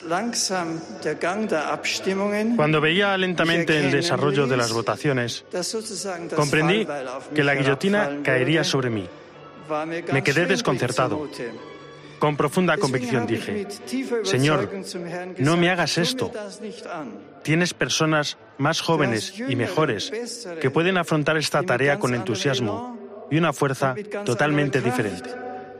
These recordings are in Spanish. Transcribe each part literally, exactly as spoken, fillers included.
Cuando veía lentamente el desarrollo de las votaciones, comprendí que la guillotina caería sobre mí. Me quedé desconcertado. Con profunda convicción dije: Señor, no me hagas esto. Tienes personas más jóvenes y mejores que pueden afrontar esta tarea con entusiasmo y una fuerza totalmente diferente.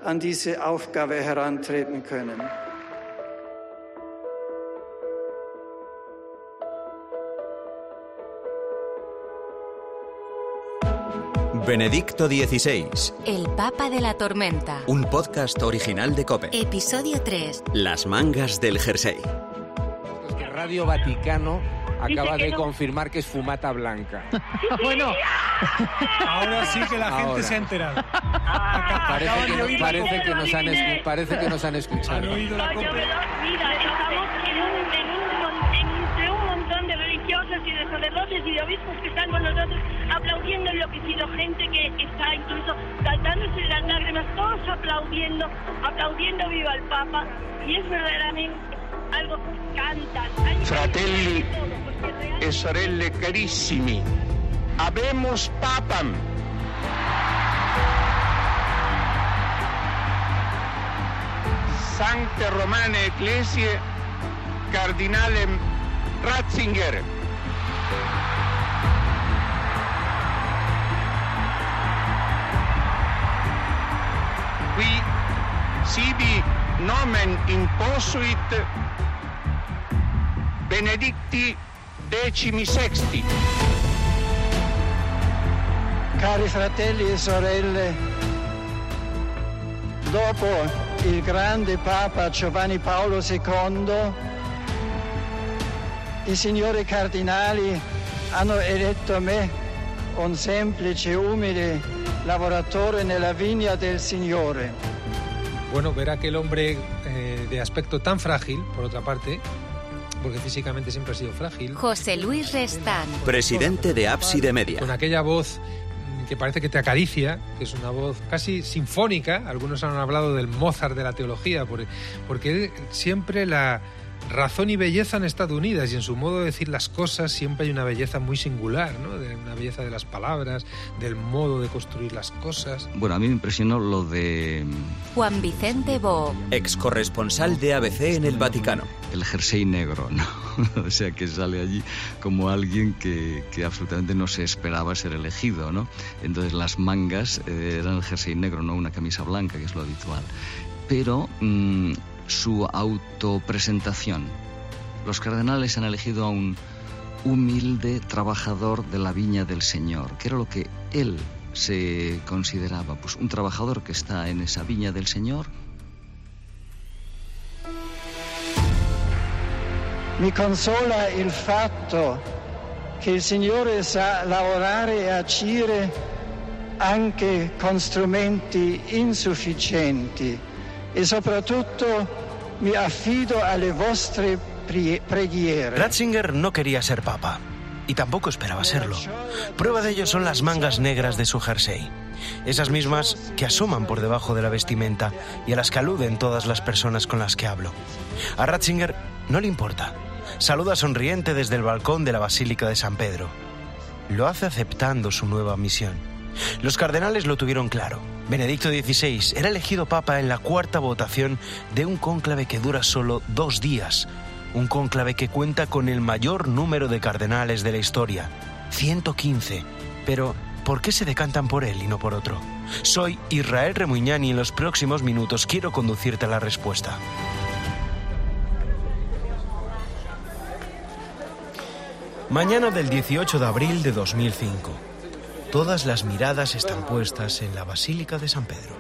Benedicto dieciséis. El Papa de la Tormenta. Un podcast original de COPE. Episodio tres. Las mangas del jersey. Radio Vaticano acaba de confirmar que es fumata blanca. Bueno, ahora sí que la gente ahora se ha enterado. Parece que, no, parece, que nos han, escu- parece que nos han escuchado. ¿Han oído la copa? Mira, estamos en un, en un, entre un montón de religiosas y de sacerdotes y de obispos que están con nosotros aplaudiendo, enloquecido, gente que está incluso saltándose las lágrimas, todos aplaudiendo, aplaudiendo viva el Papa, y es verdaderamente algo que cantan. Fratelli e sorelle carissimi, habemus papam. Sancte Romane Ecclesiae Cardinalem Ratzinger. Qui sibi nomen imposuit Benedicti decimi sexti. Cari fratelli e sorelle, dopo il grande Papa Giovanni Paolo secondo, i signori cardinali hanno eletto me, un semplice, umile lavoratore nella vigna del Signore. Bueno, ver a aquel hombre eh, de aspecto tan frágil, por otra parte, porque físicamente siempre ha sido frágil. José Luis Restán. Presidente de Ábside Media. Con aquella voz que parece que te acaricia, que es una voz casi sinfónica. Algunos han hablado del Mozart de la teología, porque, porque siempre la razón y belleza han estado unidas, y en su modo de decir las cosas siempre hay una belleza muy singular, ¿no? De una belleza de las palabras, del modo de construir las cosas. Bueno, a mí me impresionó lo de Juan Vicente Bo, ex corresponsal de A B C en el Vaticano. El jersey negro, ¿no? O sea, que sale allí como alguien que, que absolutamente no se esperaba ser elegido, ¿no? Entonces las mangas eh, eran el jersey negro, no una camisa blanca, que es lo habitual. Pero Mmm, su autopresentación. Los cardenales han elegido a un humilde trabajador de la viña del Señor, que era lo que él se consideraba, pues un trabajador que está en esa viña del Señor. Mi consola il fatto che il Signore sa lavorare e agire anche con strumenti insufficienti. E soprattutto mi affido alle vostre preghiere. Ratzinger no quería ser papa y tampoco esperaba serlo. Prueba de ello son las mangas negras de su jersey, esas mismas que asoman por debajo de la vestimenta y a las que aluden todas las personas con las que hablo. A Ratzinger no le importa. Saluda sonriente desde el balcón de la Basílica de San Pedro. Lo hace aceptando su nueva misión. Los cardenales lo tuvieron claro. Benedicto dieciséis era elegido papa en la cuarta votación de un cónclave que dura solo dos días. Un cónclave que cuenta con el mayor número de cardenales de la historia, ciento quince. Pero, ¿por qué se decantan por él y no por otro? Soy Israel Remuñán y en los próximos minutos quiero conducirte a la respuesta. Mañana del dieciocho de abril de dos mil cinco. Todas las miradas están puestas en la Basílica de San Pedro.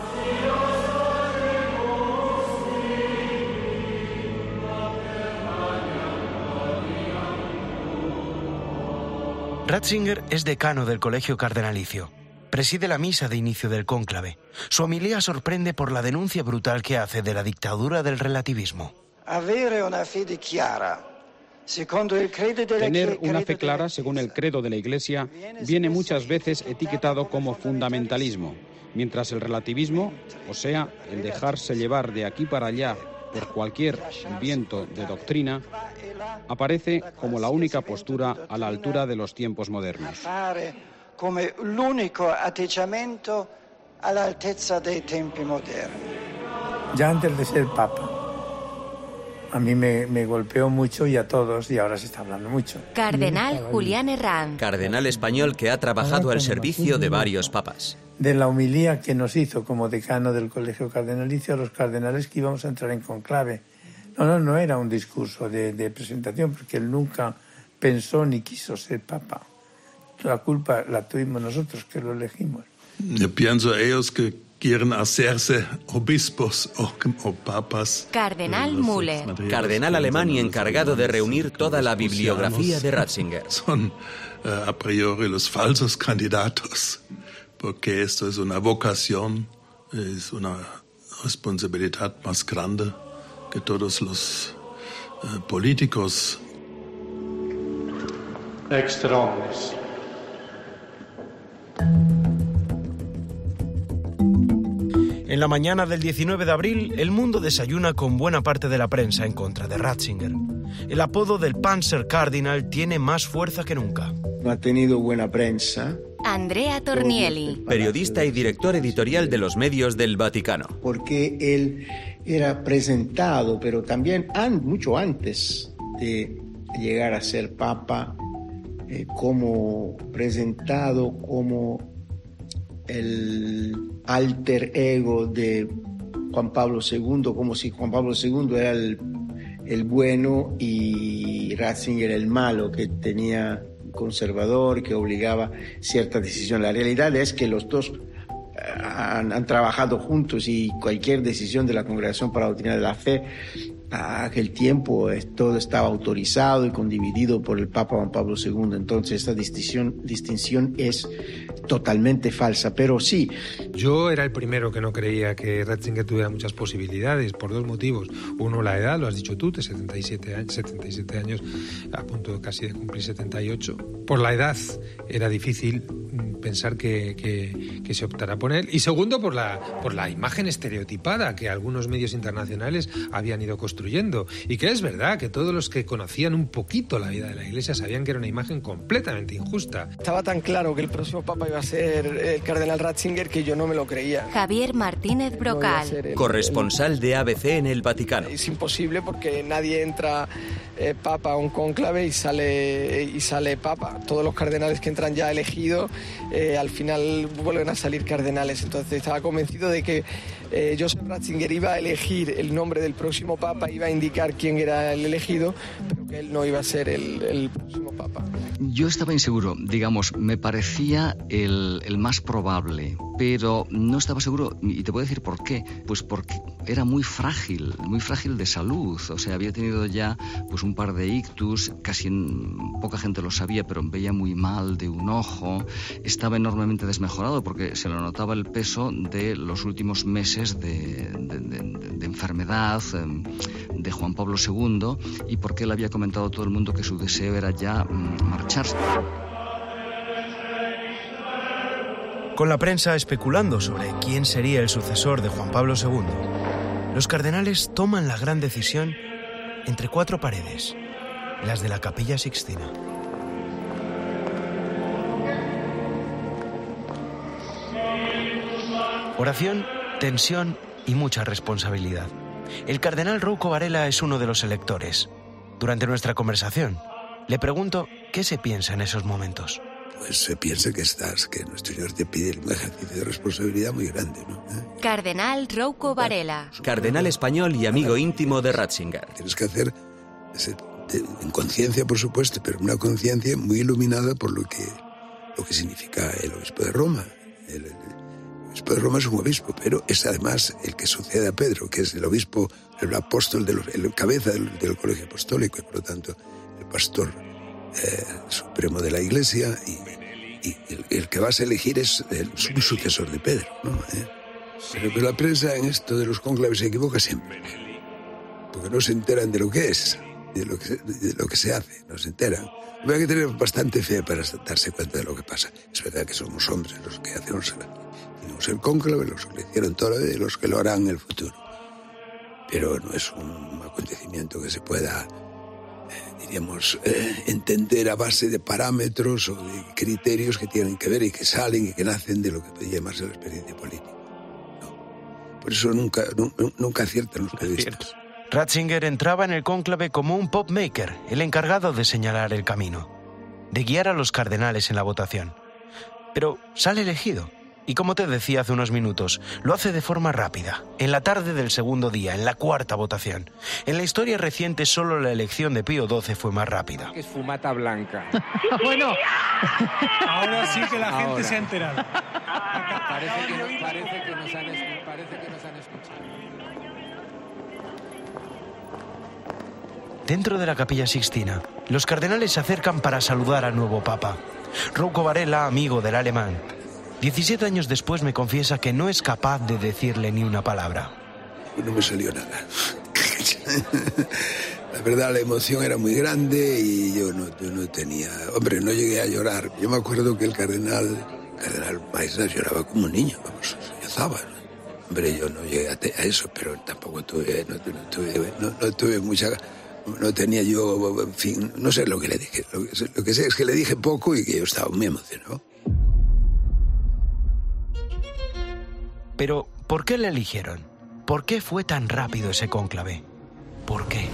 Ratzinger es decano del Colegio Cardenalicio. Preside la misa de inicio del cónclave. Su homilía sorprende por la denuncia brutal que hace de la dictadura del relativismo. Avere una fede chiara. Tener una fe clara según el credo de la Iglesia viene muchas veces etiquetado como fundamentalismo, mientras el relativismo, o sea, el dejarse llevar de aquí para allá por cualquier viento de doctrina, aparece como la única postura a la altura de los tiempos modernos. Como el único atteggiamento a la altezza dei tempi moderni. Ya antes de ser papa, a mí me, me golpeó mucho y a todos, y ahora se está hablando mucho. Cardenal Julián Herranz. Cardenal español que ha trabajado al servicio de varios papas. De la homilía que nos hizo como decano del Colegio Cardenalicio a los cardenales que íbamos a entrar en conclave. No, no, no era un discurso de, de presentación, porque él nunca pensó ni quiso ser papa. La culpa la tuvimos nosotros, que lo elegimos. Yo pienso ellos que quieren hacerse obispos o, o papas. Cardenal Müller. Cardenal alemán y encargado de reunir toda la bibliografía de Ratzinger. Son uh, a priori los falsos candidatos, porque esto es una vocación, es una responsabilidad más grande que todos los uh, políticos. Extra omnes. En la mañana del diecinueve de abril, el mundo desayuna con buena parte de la prensa en contra de Ratzinger. El apodo del Panzer Cardinal tiene más fuerza que nunca. No ha tenido buena prensa. Andrea Tornielli. Periodista y director editorial de los medios del Vaticano. Porque él era presentado, pero también an, mucho antes de llegar a ser papa, eh, como presentado como el alter ego de Juan Pablo segundo, como si Juan Pablo segundo era el, el bueno y Ratzinger el malo, que tenía conservador, que obligaba cierta decisión. La realidad es que los dos han, han trabajado juntos y cualquier decisión de la Congregación para la Doctrina de la Fe a aquel tiempo todo estaba autorizado y condividido por el Papa Juan Pablo segundo. Entonces esta distinción, distinción es totalmente falsa, pero sí. Yo era el primero que no creía que Ratzinger tuviera muchas posibilidades, por dos motivos. Uno, la edad, lo has dicho tú, de setenta y siete años, setenta y siete años, a punto casi de cumplir setenta y ocho. Por la edad era difícil pensar que, que, que se optara por él. Y segundo, por la, por la imagen estereotipada que algunos medios internacionales habían ido construyendo. Y que es verdad que todos los que conocían un poquito la vida de la Iglesia sabían que era una imagen completamente injusta. Estaba tan claro que el próximo papa iba a ser el cardenal Ratzinger que yo no me lo creía. Javier Martínez Brocal. No el, corresponsal el, de A B C en el Vaticano. Es imposible porque nadie entra eh, papa a un cónclave y sale, y sale papa. Todos los cardenales que entran ya elegidos eh, al final vuelven a salir cardenales. Entonces estaba convencido de que eh, Joseph Ratzinger iba a elegir el nombre del próximo papa, iba a indicar quién era el elegido, pero que él no iba a ser el, el próximo papa. Yo estaba inseguro, digamos, me parecía el, el más probable, pero no estaba seguro, y te voy a decir por qué. Pues porque era muy frágil, muy frágil de salud, o sea, había tenido ya pues un par de ictus, casi en, poca gente lo sabía, pero veía muy mal de un ojo, estaba enormemente desmejorado porque se le notaba el peso de los últimos meses de, de, de, de enfermedad de Juan Pablo segundo, y porque él había comentado a todo el mundo que su deseo era ya marcharse. Con la prensa especulando sobre quién sería el sucesor de Juan Pablo segundo, los cardenales toman la gran decisión entre cuatro paredes, las de la Capilla Sixtina. Oración, tensión y mucha responsabilidad. El cardenal Rouco Varela es uno de los electores. Durante nuestra conversación, le pregunto qué se piensa en esos momentos. Pues se piensa que estás, que nuestro Señor te pide un ejercicio de responsabilidad muy grande, ¿no? ¿Eh? Cardenal Rouco Varela. Cardenal español y amigo íntimo de Ratzinger. Tienes que hacer, en conciencia por supuesto, pero una conciencia muy iluminada por lo que, lo que significa el obispo de Roma. El, el, el obispo de Roma es un obispo, pero es además el que sucede a Pedro, que es el obispo, el apóstol, de los, el cabeza del, del colegio apostólico y por lo tanto el pastor Eh, supremo de la Iglesia, y, y el, el que vas a elegir es el, un sucesor de Pedro, ¿no? ¿Eh? Pero, pero la prensa en esto de los cónclaves se equivoca siempre, porque no se enteran de lo que es, de lo que, de lo que se hace, no se enteran. Hay que tener bastante fe para darse cuenta de lo que pasa. Es verdad que somos hombres los que hacemos el, el cónclave, los que lo hicieron toda la vida y los que lo harán en el futuro. pero no es un acontecimiento que se pueda, eh, diríamos, eh, entender a base de parámetros o de criterios que tienen que ver y que salen y que nacen de lo que puede llamarse la experiencia política. No. Por eso nunca, nu, nunca aciertan los periodistas. Ratzinger entraba en el cónclave como un pop maker, el encargado de señalar el camino, de guiar a los cardenales en la votación. Pero sale elegido. Y como te decía hace unos minutos, lo hace de forma rápida, en la tarde del segundo día, en la cuarta votación. En la historia reciente solo la elección de Pío doce fue más rápida. Que es fumata blanca. Bueno, ahora sí que la gente Ahora. se ha enterado. Parece que, nos, parece que nos han, escu- parece que nos han escuchado. Dentro de la Capilla Sixtina, los cardenales se acercan para saludar al nuevo papa. Rouco Varela, amigo del alemán, diecisiete años después me confiesa que no es capaz de decirle ni una palabra. No me salió nada. La verdad, la emoción era muy grande y yo no, yo no tenía... Hombre, no llegué a llorar. Yo me acuerdo que el cardenal, cardenal Maestas lloraba como un niño, vamos, sollozaba. Hombre, yo no llegué a, te, a eso, pero tampoco tuve, no, no tuve, no, no tuve mucha... No tenía yo, en fin, no sé lo que le dije. Lo que, lo que sé es que le dije poco y que yo estaba muy emocionado. Pero, ¿por qué le eligieron? ¿Por qué fue tan rápido ese cónclave? ¿Por qué?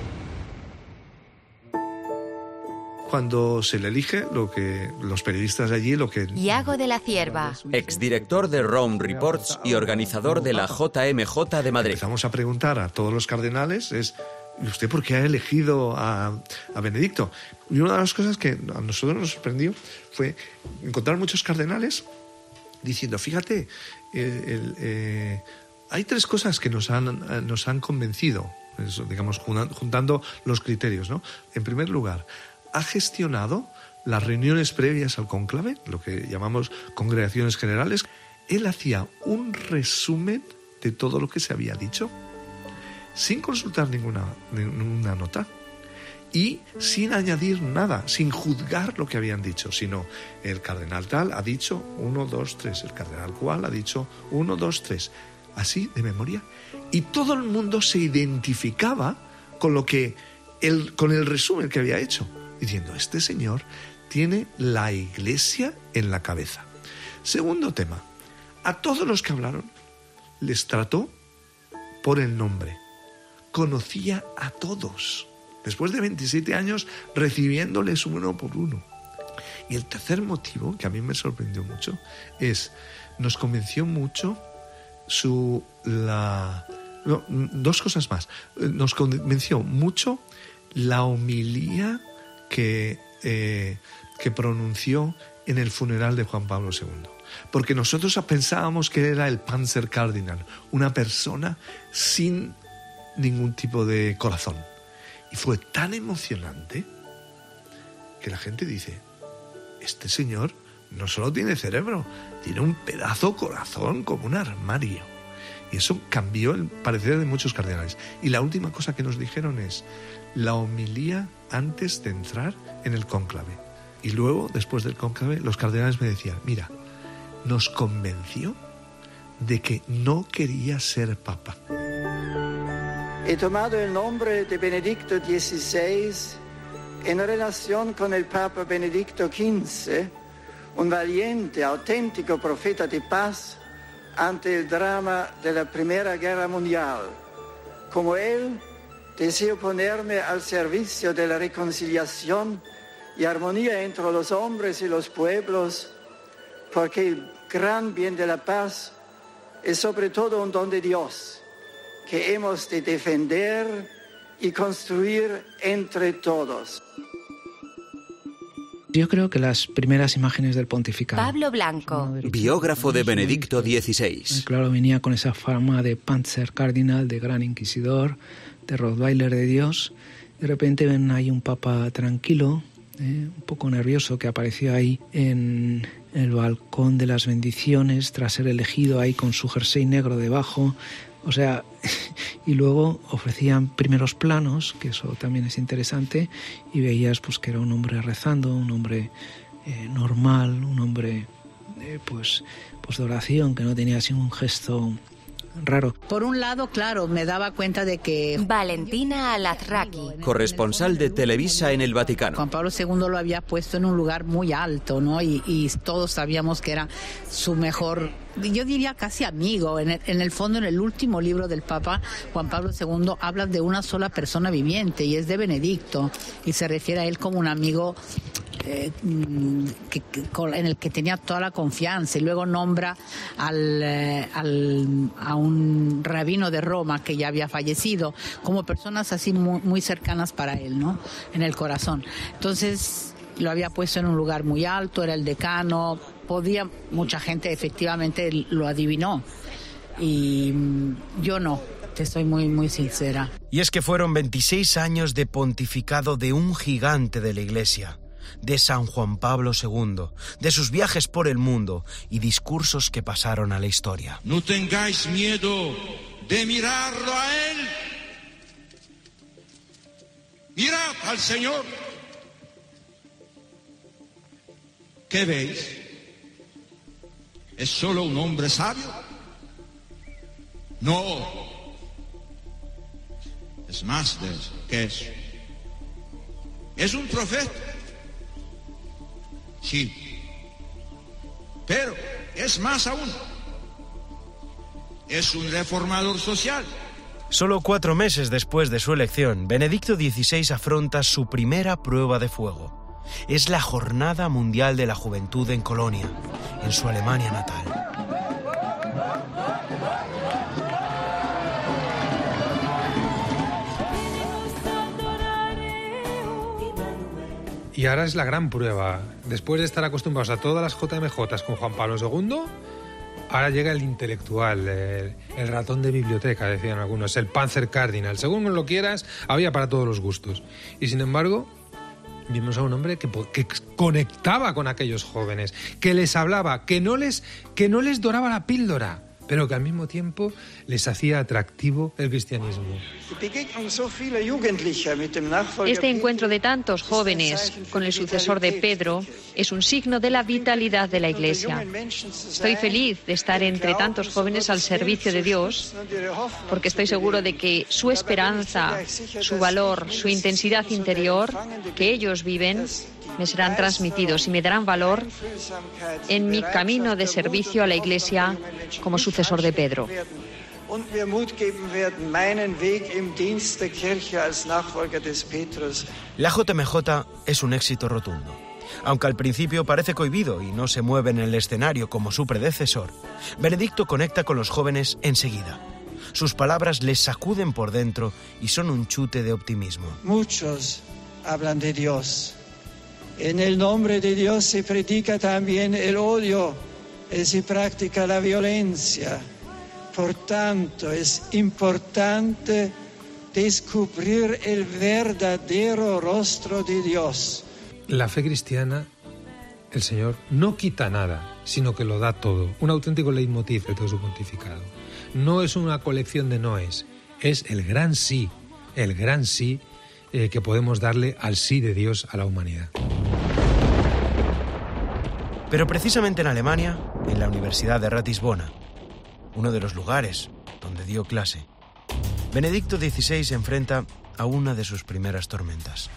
Cuando se le elige, lo que los periodistas de allí, lo que... Iago de la Cierva. Exdirector de Rome Reports y organizador de la J M J de Madrid. Empezamos a preguntar a todos los cardenales es... ¿Y usted por qué ha elegido a, a Benedicto? Y una de las cosas que a nosotros nos sorprendió fue encontrar muchos cardenales diciendo, fíjate, el, el, eh, hay tres cosas que nos han, nos han convencido, eso, digamos, juntando los criterios, ¿no? En primer lugar, ha gestionado las reuniones previas al cónclave, lo que llamamos congregaciones generales. Él hacía un resumen de todo lo que se había dicho, sin consultar ninguna, ninguna nota y sin añadir nada, sin juzgar lo que habían dicho, sino el cardenal tal ha dicho uno, dos, tres, el cardenal cual ha dicho uno, dos, tres, así de memoria. Y todo el mundo se identificaba con lo que el, con el resumen que había hecho, diciendo, este señor tiene la Iglesia en la cabeza. Segundo tema, a todos los que hablaron les trató por el nombre. Conocía a todos, después de veintisiete años recibiéndoles uno por uno. Y el tercer motivo, que a mí me sorprendió mucho, es, nos convenció mucho su... la no, dos cosas más. Nos convenció mucho la homilía que, eh, que pronunció en el funeral de Juan Pablo segundo. Porque nosotros pensábamos que era el Panzer Cardinal, una persona sin ningún tipo de corazón. Y fue tan emocionante que la gente dice, este señor no solo tiene cerebro, tiene un pedazo corazón como un armario. Y eso cambió el parecer de muchos cardenales. Y la última cosa que nos dijeron es la homilía antes de entrar en el cónclave. Y luego, después del cónclave, los cardenales me decían, mira, nos convenció de que no quería ser papa. He tomado el nombre de Benedicto dieciséis en relación con el Papa Benedicto quince, un valiente, auténtico profeta de paz ante el drama de la Primera Guerra Mundial. Como él, deseo ponerme al servicio de la reconciliación y armonía entre los hombres y los pueblos, porque el gran bien de la paz es sobre todo un don de Dios que hemos de defender y construir entre todos. Yo creo que las primeras imágenes del pontificado. Pablo Blanco. Biógrafo de Benedicto dieciséis. Claro, venía con esa fama de Panzer Cardinal, de gran inquisidor, de Rottweiler de Dios. De repente ven ahí un papa tranquilo, eh, un poco nervioso, que apareció ahí en el balcón de las bendiciones tras ser elegido ahí con su jersey negro debajo. O sea, y luego ofrecían primeros planos, que eso también es interesante, y veías pues que era un hombre rezando, un hombre eh, normal, un hombre eh, pues, pues de oración, que no tenía así un gesto raro. Por un lado, claro, me daba cuenta de que... Valentina Alazraqui, corresponsal de Televisa en el Vaticano. Juan Pablo segundo lo había puesto en un lugar muy alto, ¿no? Y, y todos sabíamos que era su mejor, yo diría casi amigo. En el, en el fondo, en el último libro del Papa, Juan Pablo segundo habla de una sola persona viviente y es de Benedicto, y se refiere a él como un amigo eh, que, que, en el que tenía toda la confianza, y luego nombra al, eh, al, a un rabino de Roma que ya había fallecido, como personas así muy, muy cercanas para él, ¿no? En el corazón. Entonces lo había puesto en un lugar muy alto, era el decano, podía, mucha gente efectivamente lo adivinó, y yo no. Te soy muy, muy sincera. Y es que fueron veintiséis años de pontificado de un gigante de la Iglesia, de San Juan Pablo segundo, de sus viajes por el mundo y discursos que pasaron a la historia. No tengáis miedo de mirarlo a él. Mirad al Señor. ¿Qué veis? ¿Es solo un hombre sabio? No. Es más de eso, que eso. Es un profeta. Sí. Pero es más aún. Es un reformador social. Solo cuatro meses después de su elección, Benedicto dieciséis afronta su primera prueba de fuego. Es la Jornada Mundial de la Juventud en Colonia, en su Alemania natal. Y ahora es la gran prueba. Después de estar acostumbrados a todas las J M J con Juan Pablo segundo, ahora llega el intelectual, el, el ratón de biblioteca, decían algunos, el Panzer Cardinal. Según lo quieras, había para todos los gustos. Y sin embargo, vimos a un hombre que, que conectaba con aquellos jóvenes, que les hablaba, que no les, que no les doraba la píldora, pero que al mismo tiempo les hacía atractivo el cristianismo. Este encuentro de tantos jóvenes con el sucesor de Pedro es un signo de la vitalidad de la Iglesia. Estoy feliz de estar entre tantos jóvenes al servicio de Dios, porque estoy seguro de que su esperanza, su valor, su intensidad interior que ellos viven me serán transmitidos y me darán valor en mi camino de servicio a la Iglesia como sucesor de Pedro. La J M J es un éxito rotundo. Aunque al principio parece cohibido y no se mueve en el escenario como su predecesor, Benedicto conecta con los jóvenes enseguida. Sus palabras les sacuden por dentro y son un chute de optimismo. Muchos hablan de Dios. En el nombre de Dios se predica también el odio y se practica la violencia. Por tanto, es importante descubrir el verdadero rostro de Dios. La fe cristiana, el Señor no quita nada, sino que lo da todo. Un auténtico leitmotiv de todo su pontificado. No es una colección de noes, es el gran sí, el gran sí eh, que podemos darle al sí de Dios a la humanidad. Pero precisamente en Alemania, en la Universidad de Ratisbona, uno de los lugares donde dio clase, Benedicto dieciséis se enfrenta a una de sus primeras tormentas.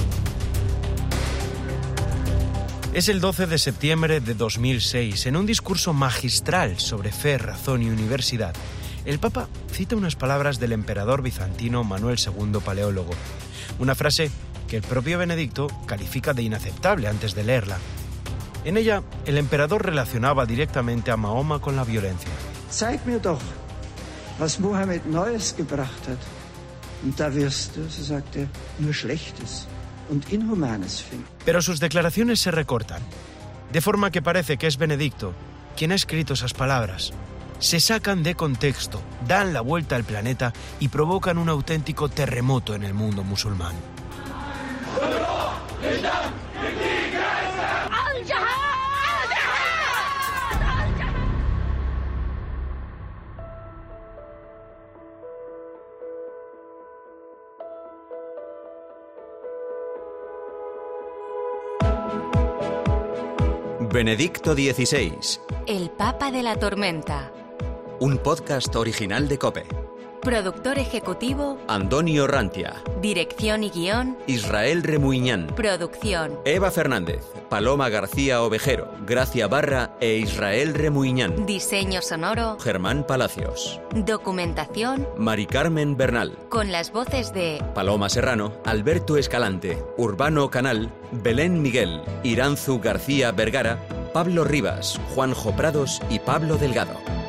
Es el doce de septiembre de dos mil seis, en un discurso magistral sobre fe, razón y universidad, el Papa cita unas palabras del emperador bizantino Manuel segundo Paleólogo, una frase que el propio Benedicto califica de inaceptable antes de leerla. En ella, el emperador relacionaba directamente a Mahoma con la violencia. Zeig mir doch, was Mohammed Neues gebracht hat. Und da wirst du, so sagt er, nur Schlechtes und Inhumanes finden. Pero sus declaraciones se recortan, de forma que parece que es Benedicto quien ha escrito esas palabras. Se sacan de contexto, dan la vuelta al planeta y provocan un auténtico terremoto en el mundo musulmán. Benedicto dieciséis. El Papa de la Tormenta. un podcast original de COPE. Productor ejecutivo, Antonio Rantia. dirección y guión, Israel Remuiñán. producción, Eva Fernández, Paloma García Ovejero, Gracia Barra e Israel Remuiñán. diseño sonoro, Germán Palacios. documentación, Mari Carmen Bernal. con las voces de Paloma Serrano, Alberto Escalante, Urbano Canal, Belén Miguel, Iranzu García Vergara, Pablo Rivas, Juanjo Prados y Pablo Delgado.